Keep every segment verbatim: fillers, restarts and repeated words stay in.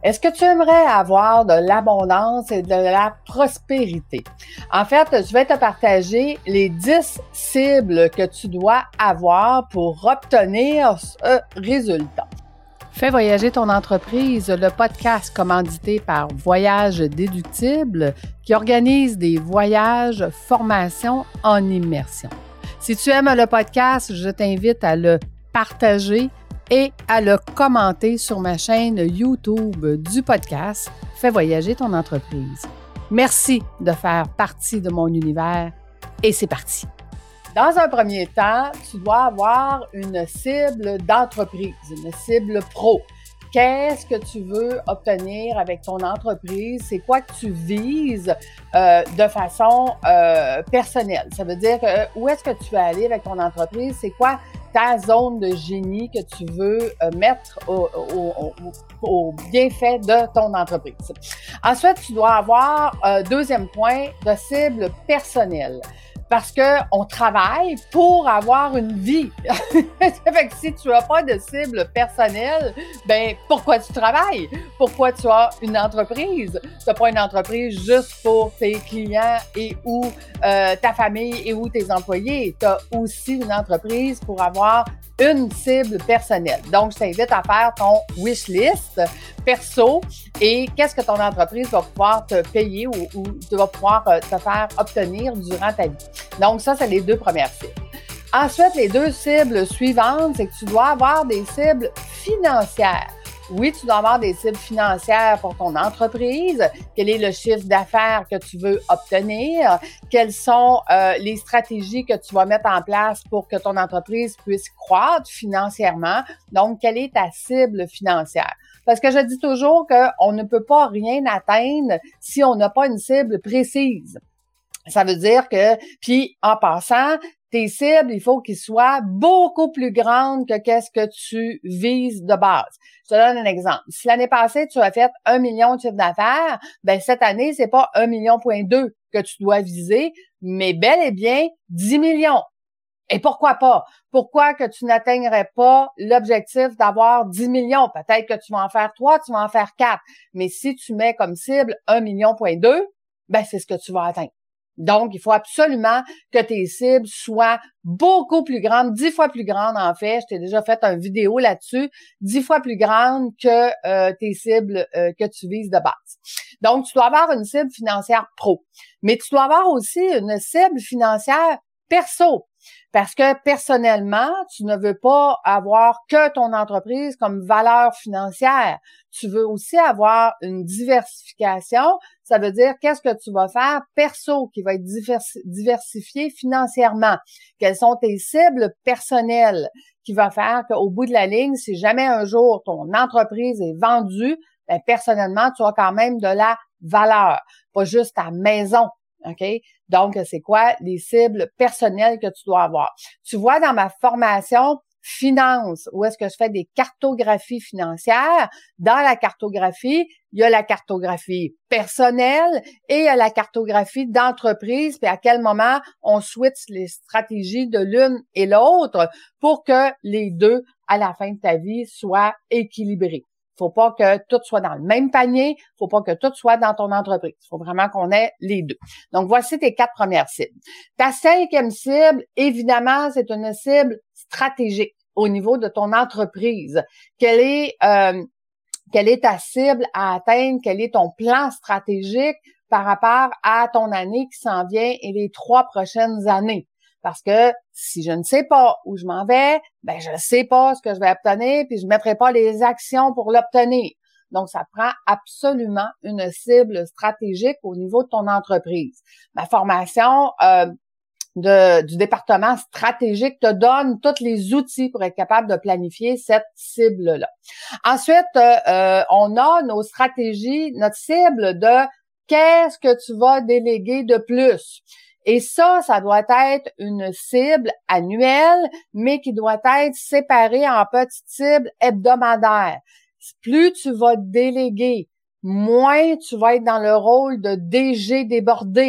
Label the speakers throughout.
Speaker 1: Est-ce que tu aimerais avoir de l'abondance et de la prospérité? En fait, je vais te partager les dix cibles que tu dois avoir pour obtenir ce résultat. Fais voyager ton entreprise, le podcast commandité par Voyage Déductible qui organise des voyages, formations en immersion. Si tu aimes le podcast, je t'invite à le partager et à le commenter sur ma chaîne YouTube du podcast Fais voyager ton entreprise. Merci de faire partie de mon univers et c'est parti. Dans un premier temps, tu dois avoir une cible d'entreprise, une cible pro. Qu'est-ce que tu veux obtenir avec ton entreprise? C'est quoi que tu vises euh, de façon euh, personnelle? Ça veut dire que, où est-ce que tu veux aller avec ton entreprise? C'est quoi ta zone de génie que tu veux euh, mettre au, au, au, au bienfait de ton entreprise? Ensuite, tu dois avoir, euh, deuxième point, de cible personnelle. Parce que on travaille pour avoir une vie. Fait que si tu n'as pas de cible personnelle, ben pourquoi tu travailles? Pourquoi tu as une entreprise? Tu n'as pas une entreprise juste pour tes clients et ou euh, ta famille et ou tes employés. Tu as aussi une entreprise pour avoir une cible personnelle. Donc, je t'invite à faire ton wish list perso et qu'est-ce que ton entreprise va pouvoir te payer ou, ou tu vas pouvoir te faire obtenir durant ta vie. Donc, ça, c'est les deux premières cibles. Ensuite, les deux cibles suivantes, c'est que tu dois avoir des cibles financières. Oui, tu dois avoir des cibles financières pour ton entreprise. Quel est le chiffre d'affaires que tu veux obtenir? Quelles sont euh, les stratégies que tu vas mettre en place pour que ton entreprise puisse croître financièrement? Donc, quelle est ta cible financière? Parce que je dis toujours qu'on ne peut pas rien atteindre si on n'a pas une cible précise. Ça veut dire que, puis en passant, tes cibles, il faut qu'ils soient beaucoup plus grandes que qu'est-ce que tu vises de base. Je te donne un exemple. Si l'année passée, tu as fait un million de chiffre d'affaires, ben cette année, c'est pas un million point deux que tu dois viser, mais bel et bien dix millions. Et pourquoi pas? Pourquoi que tu n'atteindrais pas l'objectif d'avoir dix millions? Peut-être que tu vas en faire trois, tu vas en faire quatre. Mais si tu mets comme cible un million point deux, ben c'est ce que tu vas atteindre. Donc, il faut absolument que tes cibles soient beaucoup plus grandes, dix fois plus grandes en fait. Je t'ai déjà fait une vidéo là-dessus, dix fois plus grandes que euh, tes cibles euh, que tu vises de base. Donc, tu dois avoir une cible financière pro, mais tu dois avoir aussi une cible financière perso. Parce que personnellement, tu ne veux pas avoir que ton entreprise comme valeur financière. Tu veux aussi avoir une diversification. Ça veut dire qu'est-ce que tu vas faire perso qui va être diversi- diversifié financièrement. Quelles sont tes cibles personnelles qui va faire qu'au bout de la ligne, si jamais un jour ton entreprise est vendue, ben, personnellement, tu as quand même de la valeur, pas juste ta maison. OK? Donc, c'est quoi les cibles personnelles que tu dois avoir? Tu vois, dans ma formation finance, où est-ce que je fais des cartographies financières, dans la cartographie, il y a la cartographie personnelle et il y a la cartographie d'entreprise, puis à quel moment on switch les stratégies de l'une et l'autre pour que les deux, à la fin de ta vie, soient équilibrés. Faut pas que tout soit dans le même panier. Faut pas que tout soit dans ton entreprise. Faut vraiment qu'on ait les deux. Donc, voici tes quatre premières cibles. Ta cinquième cible, évidemment, c'est une cible stratégique au niveau de ton entreprise. Quelle est, euh, quelle est ta cible à atteindre? Quel est ton plan stratégique par rapport à ton année qui s'en vient et les trois prochaines années? Parce que si je ne sais pas où je m'en vais, ben je ne sais pas ce que je vais obtenir, puis je ne mettrai pas les actions pour l'obtenir. Donc, ça prend absolument une cible stratégique au niveau de ton entreprise. Ma formation euh, de, du département stratégique te donne tous les outils pour être capable de planifier cette cible-là. Ensuite, euh, on a nos stratégies, notre cible de qu'est-ce que tu vas déléguer de plus. Et ça, ça doit être une cible annuelle, mais qui doit être séparée en petites cibles hebdomadaires. Plus tu vas déléguer, moins tu vas être dans le rôle de D G débordé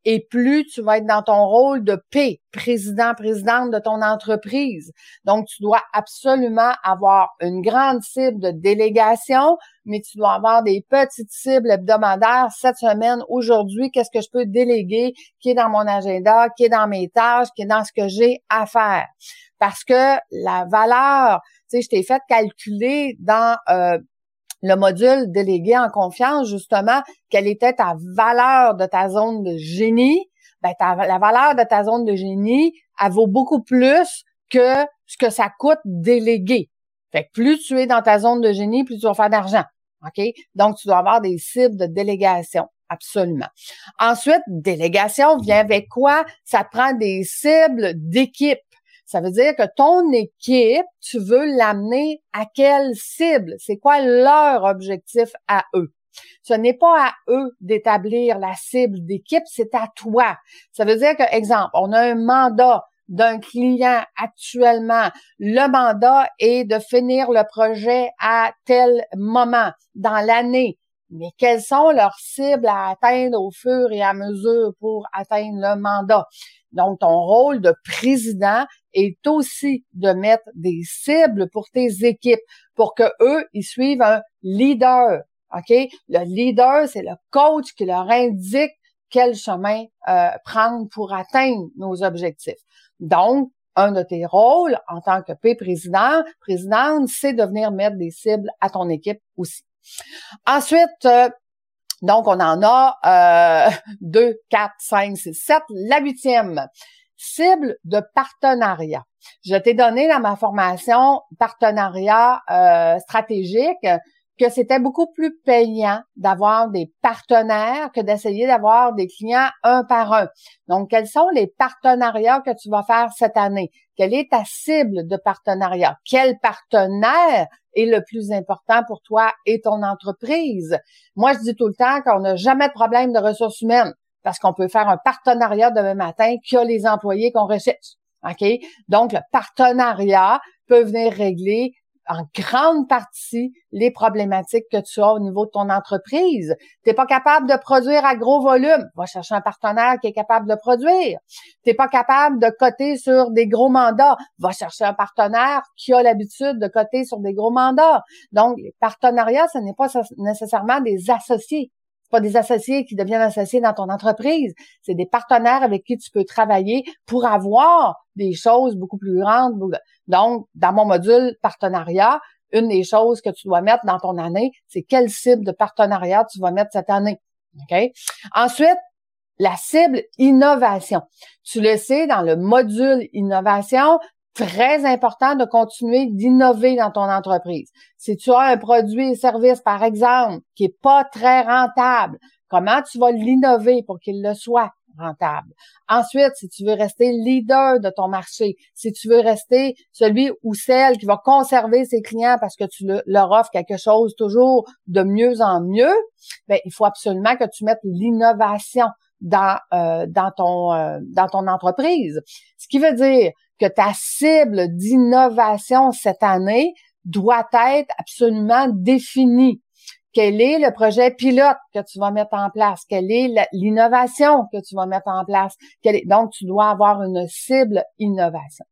Speaker 1: et plus tu vas être dans ton rôle de P, président, présidente de ton entreprise. Donc, tu dois absolument avoir une grande cible de délégation, mais tu dois avoir des petites cibles hebdomadaires. Cette semaine, aujourd'hui, qu'est-ce que je peux déléguer, qui est dans mon agenda, qui est dans mes tâches, qui est dans ce que j'ai à faire. Parce que la valeur, tu sais, je t'ai fait calculer dans euh, le module délégué en confiance, justement, quelle était ta valeur de ta zone de génie. Ben, ta, la valeur de ta zone de génie, elle vaut beaucoup plus que ce que ça coûte déléguer. Fait que plus tu es dans ta zone de génie, plus tu vas faire d'argent. OK? Donc, tu dois avoir des cibles de délégation. Absolument. Ensuite, délégation vient avec quoi? Ça te prend des cibles d'équipe. Ça veut dire que ton équipe, tu veux l'amener à quelle cible? C'est quoi leur objectif à eux? Ce n'est pas à eux d'établir la cible d'équipe, c'est à toi. Ça veut dire que, exemple, on a un mandat d'un client actuellement. Le mandat est de finir le projet à tel moment dans l'année. Mais quelles sont leurs cibles à atteindre au fur et à mesure pour atteindre le mandat? Donc, ton rôle de président est aussi de mettre des cibles pour tes équipes, pour que eux, ils suivent un leader. OK? Le leader, c'est le coach qui leur indique quel chemin euh, prendre pour atteindre nos objectifs. Donc, un de tes rôles en tant que P-président, présidente, c'est de venir mettre des cibles à ton équipe aussi. Ensuite, euh, donc on en a euh, deux, quatre, cinq, six, sept. La huitième, cible de partenariat. Je t'ai donné dans ma formation partenariat euh, stratégique que c'était beaucoup plus payant d'avoir des partenaires que d'essayer d'avoir des clients un par un. Donc, quels sont les partenariats que tu vas faire cette année? Quelle est ta cible de partenariat? Quel partenaire est le plus important pour toi et ton entreprise? Moi, je dis tout le temps qu'on n'a jamais de problème de ressources humaines parce qu'on peut faire un partenariat demain matin qui a les employés qu'on recherche. OK? Donc, le partenariat peut venir régler en grande partie les problématiques que tu as au niveau de ton entreprise. Tu n'es pas capable de produire à gros volume, va chercher un partenaire qui est capable de produire. Tu n'es pas capable de coter sur des gros mandats, va chercher un partenaire qui a l'habitude de coter sur des gros mandats. Donc, les partenariats, ce n'est pas nécessairement des associés. C'est pas des associés qui deviennent associés dans ton entreprise. C'est des partenaires avec qui tu peux travailler pour avoir des choses beaucoup plus grandes. Donc, dans mon module partenariat, une des choses que tu dois mettre dans ton année, c'est quelle cible de partenariat tu vas mettre cette année. OK? Ensuite, la cible innovation. Tu le sais, dans le module innovation, très important de continuer d'innover dans ton entreprise. Si tu as un produit et service, par exemple, qui est pas très rentable, comment tu vas l'innover pour qu'il le soit rentable? Ensuite, si tu veux rester leader de ton marché, si tu veux rester celui ou celle qui va conserver ses clients parce que tu le, leur offres quelque chose toujours de mieux en mieux, ben il faut absolument que tu mettes l'innovation dans euh, dans ton euh, dans ton entreprise. Ce qui veut dire que ta cible d'innovation cette année doit être absolument définie. Quel est le projet pilote que tu vas mettre en place? Quelle est l'innovation que tu vas mettre en place? Quelle est, donc, tu dois avoir une cible innovation.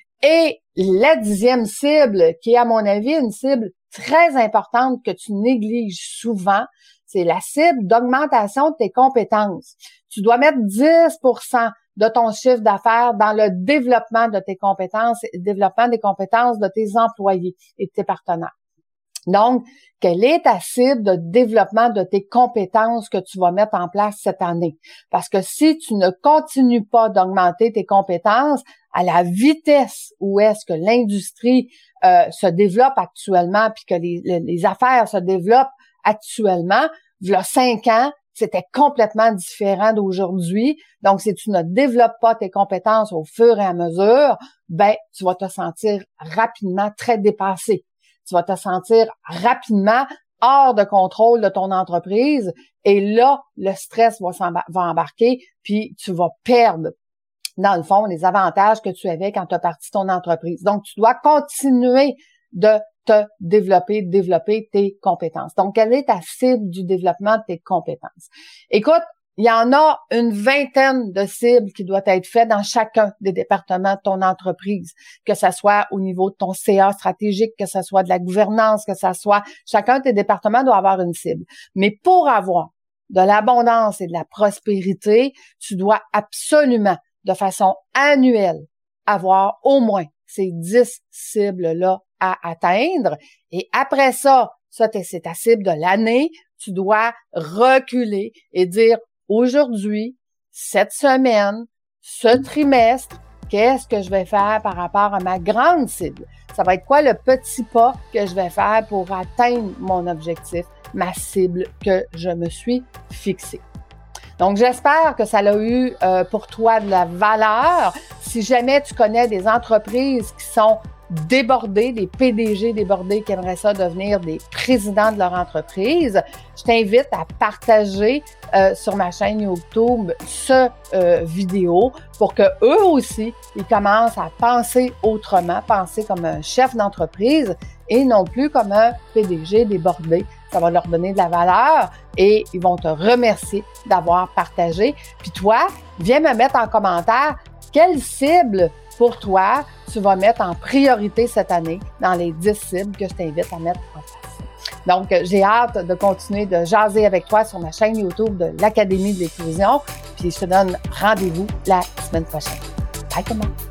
Speaker 1: Et la dixième cible, qui est à mon avis une cible très importante que tu négliges souvent, c'est la cible d'augmentation de tes compétences. Tu dois mettre dix pour cent de ton chiffre d'affaires dans le développement de tes compétences et le développement des compétences de tes employés et de tes partenaires. Donc, quelle est ta cible de développement de tes compétences que tu vas mettre en place cette année? Parce que si tu ne continues pas d'augmenter tes compétences à la vitesse où est-ce que l'industrie euh, se développe actuellement, puis que les, les affaires se développent actuellement, il y a cinq ans, c'était complètement différent d'aujourd'hui. Donc, si tu ne développes pas tes compétences au fur et à mesure, ben, tu vas te sentir rapidement très dépassé. Tu vas te sentir rapidement hors de contrôle de ton entreprise et là, le stress va, va embarquer puis tu vas perdre, dans le fond, les avantages que tu avais quand tu as parti ton entreprise. Donc, tu dois continuer de te développer, développer tes compétences. Donc, quelle est ta cible du développement de tes compétences? Écoute, il y en a une vingtaine de cibles qui doivent être faites dans chacun des départements de ton entreprise, que ça soit au niveau de ton C A stratégique, que ça soit de la gouvernance, que ça soit... Chacun de tes départements doit avoir une cible. Mais pour avoir de l'abondance et de la prospérité, tu dois absolument, de façon annuelle, avoir au moins ces dix cibles-là à atteindre. Et après ça, ça, c'est ta cible de l'année, tu dois reculer et dire, aujourd'hui, cette semaine, ce trimestre, qu'est-ce que je vais faire par rapport à ma grande cible? Ça va être quoi le petit pas que je vais faire pour atteindre mon objectif, ma cible que je me suis fixée? Donc, j'espère que ça a eu euh, pour toi de la valeur. Si jamais tu connais des entreprises qui sont débordés, des P D G débordés qui aimeraient ça devenir des présidents de leur entreprise, je t'invite à partager euh, sur ma chaîne YouTube ce euh, vidéo pour que eux aussi, ils commencent à penser autrement, penser comme un chef d'entreprise et non plus comme un P D G débordé. Ça va leur donner de la valeur et ils vont te remercier d'avoir partagé. Puis toi, viens me mettre en commentaire quelle cible pour toi tu vas mettre en priorité cette année dans les dix cibles que je t'invite à mettre en place. Donc, j'ai hâte de continuer de jaser avec toi sur ma chaîne YouTube de l'Académie de l'Éclosion. Puis je te donne rendez-vous la semaine prochaine. Bye tout le monde!